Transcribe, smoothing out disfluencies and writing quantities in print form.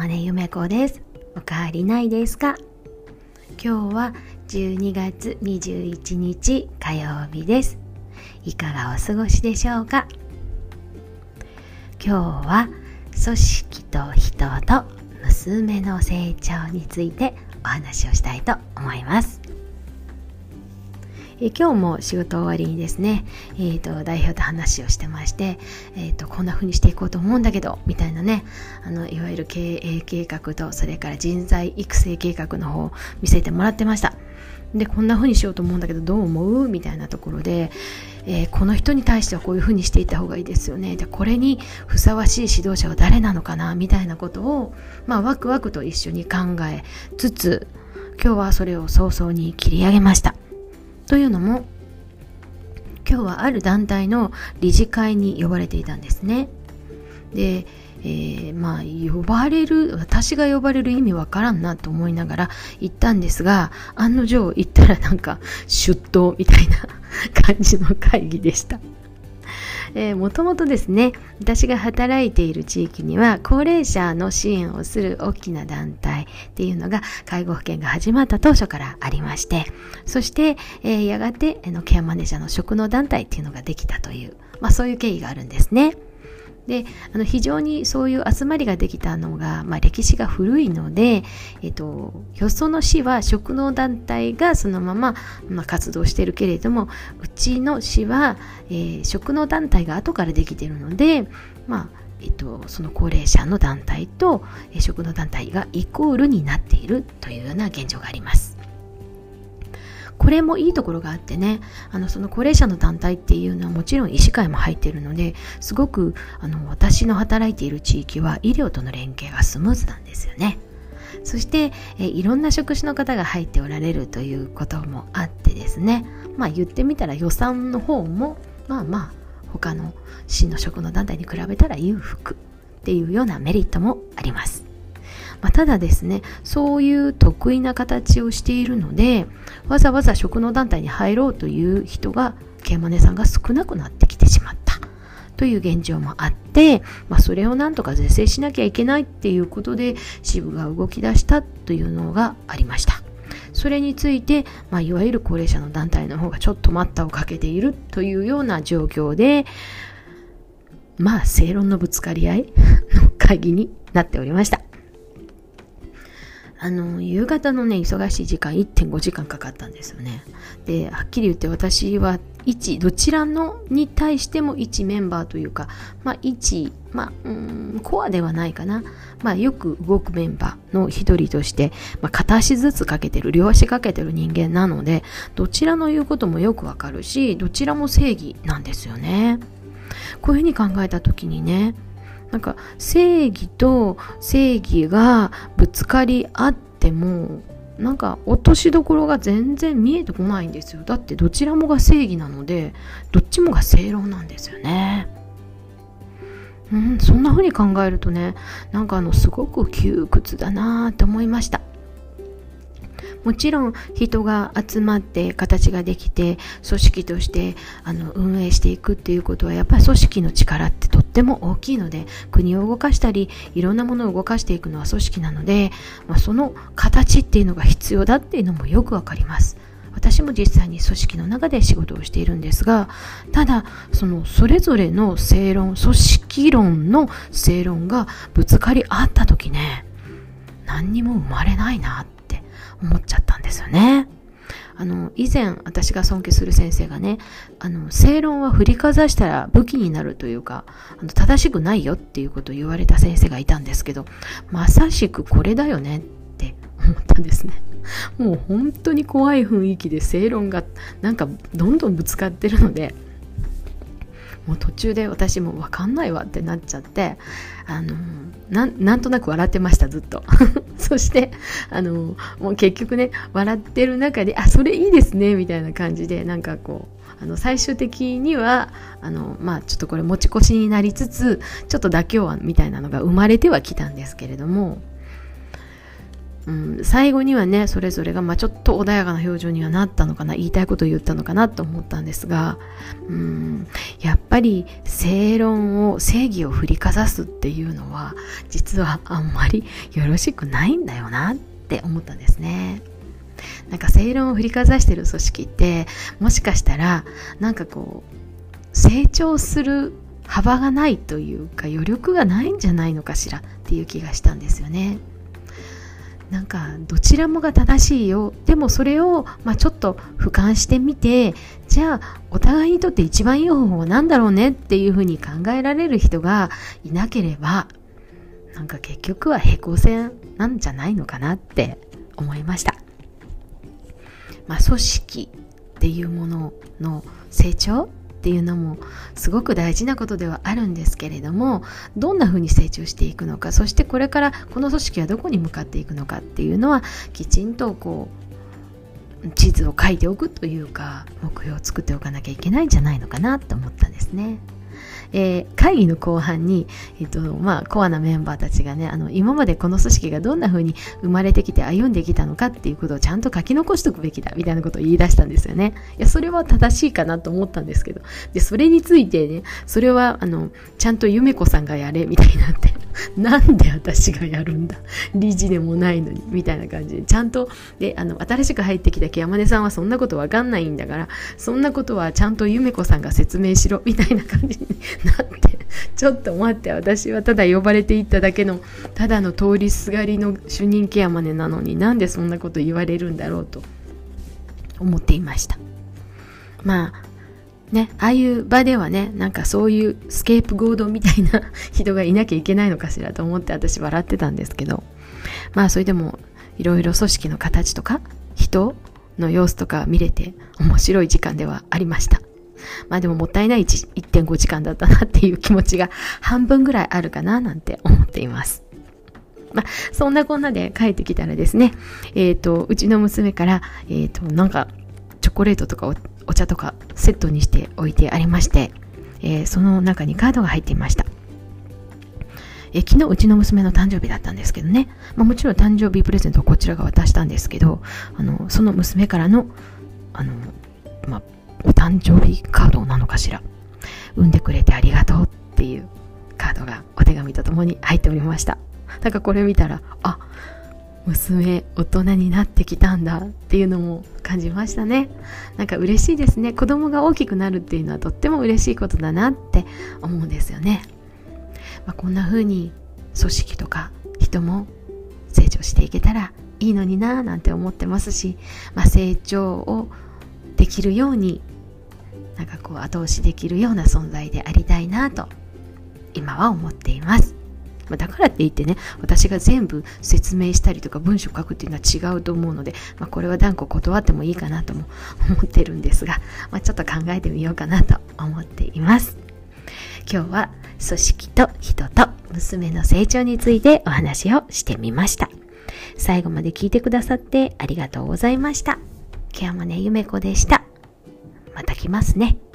根ゆめ子です。おかわりないですか？今日は12月21日火曜日です。いかがお過ごしでしょうか？今日は組織と人と娘の成長についてお話をしたいと思います。今日も仕事終わりにですね、代表と話をしてまして、こんな風にしていこうと思うんだけどみたいなね、いわゆる経営計画とそれから人材育成計画の方を見せてもらってました。で、こんな風にしようと思うんだけどどう思うみたいなところで、この人に対してはこういう風にしていった方がいいですよね。で、これにふさわしい指導者は誰なのかなみたいなことを、ワクワクと一緒に考えつつ、今日はそれを早々に切り上げました。というのも、今日はある団体の理事会に呼ばれていたんですね。で、私が呼ばれる意味わからんなと思いながら行ったんですが、案の定行ったら出頭みたいな感じの会議でした。もともとですね、私が働いている地域には高齢者の支援をする大きな団体っていうのが介護保険が始まった当初からありまして、そして、やがてケアマネージャーの職能団体っていうのができたという、そういう経緯があるんですね。で、非常にそういう集まりができたのが、歴史が古いので、よその市は職能団体がそのまま、活動しているけれども、うちの市は、職能団体が後からできているので、その高齢者の団体と、職能団体がイコールになっているというような現状があります。これもいいところがあってね、その高齢者の団体っていうのはもちろん医師会も入っているので、すごく私の働いている地域は医療との連携がスムーズなんですよね。そして、いろんな職種の方が入っておられるということもあってですね、言ってみたら予算の方も他の市の職の団体に比べたら裕福っていうようなメリットもあります。ただですね、そういう得意な形をしているので、わざわざ職能団体に入ろうという人が、ケアマネさんが少なくなってきてしまったという現状もあって、それをなんとか是正しなきゃいけないっていうことで支部が動き出したというのがありました。それについて、いわゆる高齢者の団体の方がちょっと待ったをかけているというような状況で、正論のぶつかり合いの会議になっておりました。夕方のね、忙しい時間 1.5 時間かかったんですよね。で、はっきり言って私はどちらのに対しても一メンバーというか、コアではないかな。よく動くメンバーの一人として、片足ずつかけてる、両足かけてる人間なので、どちらの言うこともよくわかるし、どちらも正義なんですよね。こういうふうに考えたときにね、正義と正義がぶつかり合っても落としどころが全然見えてこないんですよ。だってどちらもが正義なので、どっちもが正論なんですよね。そんな風に考えるとね、すごく窮屈だなって思いました。もちろん人が集まって形ができて組織として運営していくっていうことは、やっぱり組織の力ってとっても大きいので、国を動かしたりいろんなものを動かしていくのは組織なので、その形っていうのが必要だっていうのもよくわかります。私も実際に組織の中で仕事をしているんですが、ただそれぞれの正論、組織論の正論がぶつかり合った時ね、何にも生まれないなって思っちゃったんですよね。以前私が尊敬する先生がね、正論は振りかざしたら武器になるというか、正しくないよっていうことを言われた先生がいたんですけど、まさしくこれだよねって思ったんですね。もう本当に怖い雰囲気で正論がどんどんぶつかってるので、もう途中で私も分かんないわってなっちゃって、なんとなく笑ってました、ずっと。そしてもう結局ね、笑ってる中でそれいいですねみたいな感じで、最終的にはちょっとこれ持ち越しになりつつ、ちょっと妥協案みたいなのが生まれてはきたんですけれども、 最後にはね、それぞれがちょっと穏やかな表情にはなったのかな、言いたいことを言ったのかなと思ったんですが、やっぱり正義を振りかざすっていうのは実はあんまりよろしくないんだよなって思ったんですね。なんか正論を振りかざしてる組織って、もしかしたら成長する幅がないというか余力がないんじゃないのかしらっていう気がしたんですよね。なんかどちらもが正しいよ、でもそれをちょっと俯瞰してみて、じゃあお互いにとって一番いい方法は何だろうねっていうふうに考えられる人がいなければ、なんか結局は平行線なんじゃないのかなって思いました。組織っていうものの成長っていうのもすごく大事なことではあるんですけれども、どんな風に成長していくのか、そしてこれからこの組織はどこに向かっていくのかっていうのはきちんと地図を書いておくというか、目標を作っておかなきゃいけないんじゃないのかなと思ったんですね。会議の後半に、コアなメンバーたちがね、今までこの組織がどんな風に生まれてきて歩んできたのかっていうことをちゃんと書き残しておくべきだみたいなことを言い出したんですよね。いや、それは正しいかなと思ったんですけど、でそれについてね、それはちゃんとゆめこさんがやれみたいになってなんで私がやるんだ、理事でもないのにみたいな感じで、ちゃんとで新しく入ってきた木山根さんはそんなことわかんないんだから、そんなことはちゃんとゆめこさんが説明しろみたいな感じになって、ちょっと待って、私はただ呼ばれていっただけのただの通りすがりの主任ケアマネなのに、なんでそんなこと言われるんだろうと思っていました。ああいう場ではね、なんかそういうスケープゴードみたいな人がいなきゃいけないのかしらと思って私笑ってたんですけど、それでもいろいろ組織の形とか人の様子とか見れて面白い時間ではありました。でももったいない 1.5 時間だったなっていう気持ちが半分ぐらいあるかななんて思っています。そんなこんなで帰ってきたらですね、うちの娘から、なんかチョコレートとかお茶とかセットにしておいてありまして、その中にカードが入っていました。昨日うちの娘の誕生日だったんですけどね、もちろん誕生日プレゼントをこちらが渡したんですけど、その娘からのお誕生日カードなのかしら、産んでくれてありがとうっていうカードがお手紙とともに入っておりました。だからこれ見たら、娘大人になってきたんだっていうのも感じましたね。なんか嬉しいですね。子供が大きくなるっていうのはとっても嬉しいことだなって思うんですよね。こんな風に組織とか人も成長していけたらいいのにななんて思ってますし、成長をできるように後押しできるような存在でありたいなと今は思っています。だからって言ってね、私が全部説明したりとか文章書くっていうのは違うと思うので、これは断固断ってもいいかなとも思ってるんですが、ちょっと考えてみようかなと思っています。今日は組織と人と娘の成長についてお話をしてみました。最後まで聞いてくださってありがとうございました。ケアマネゆめこでした。また来ますね。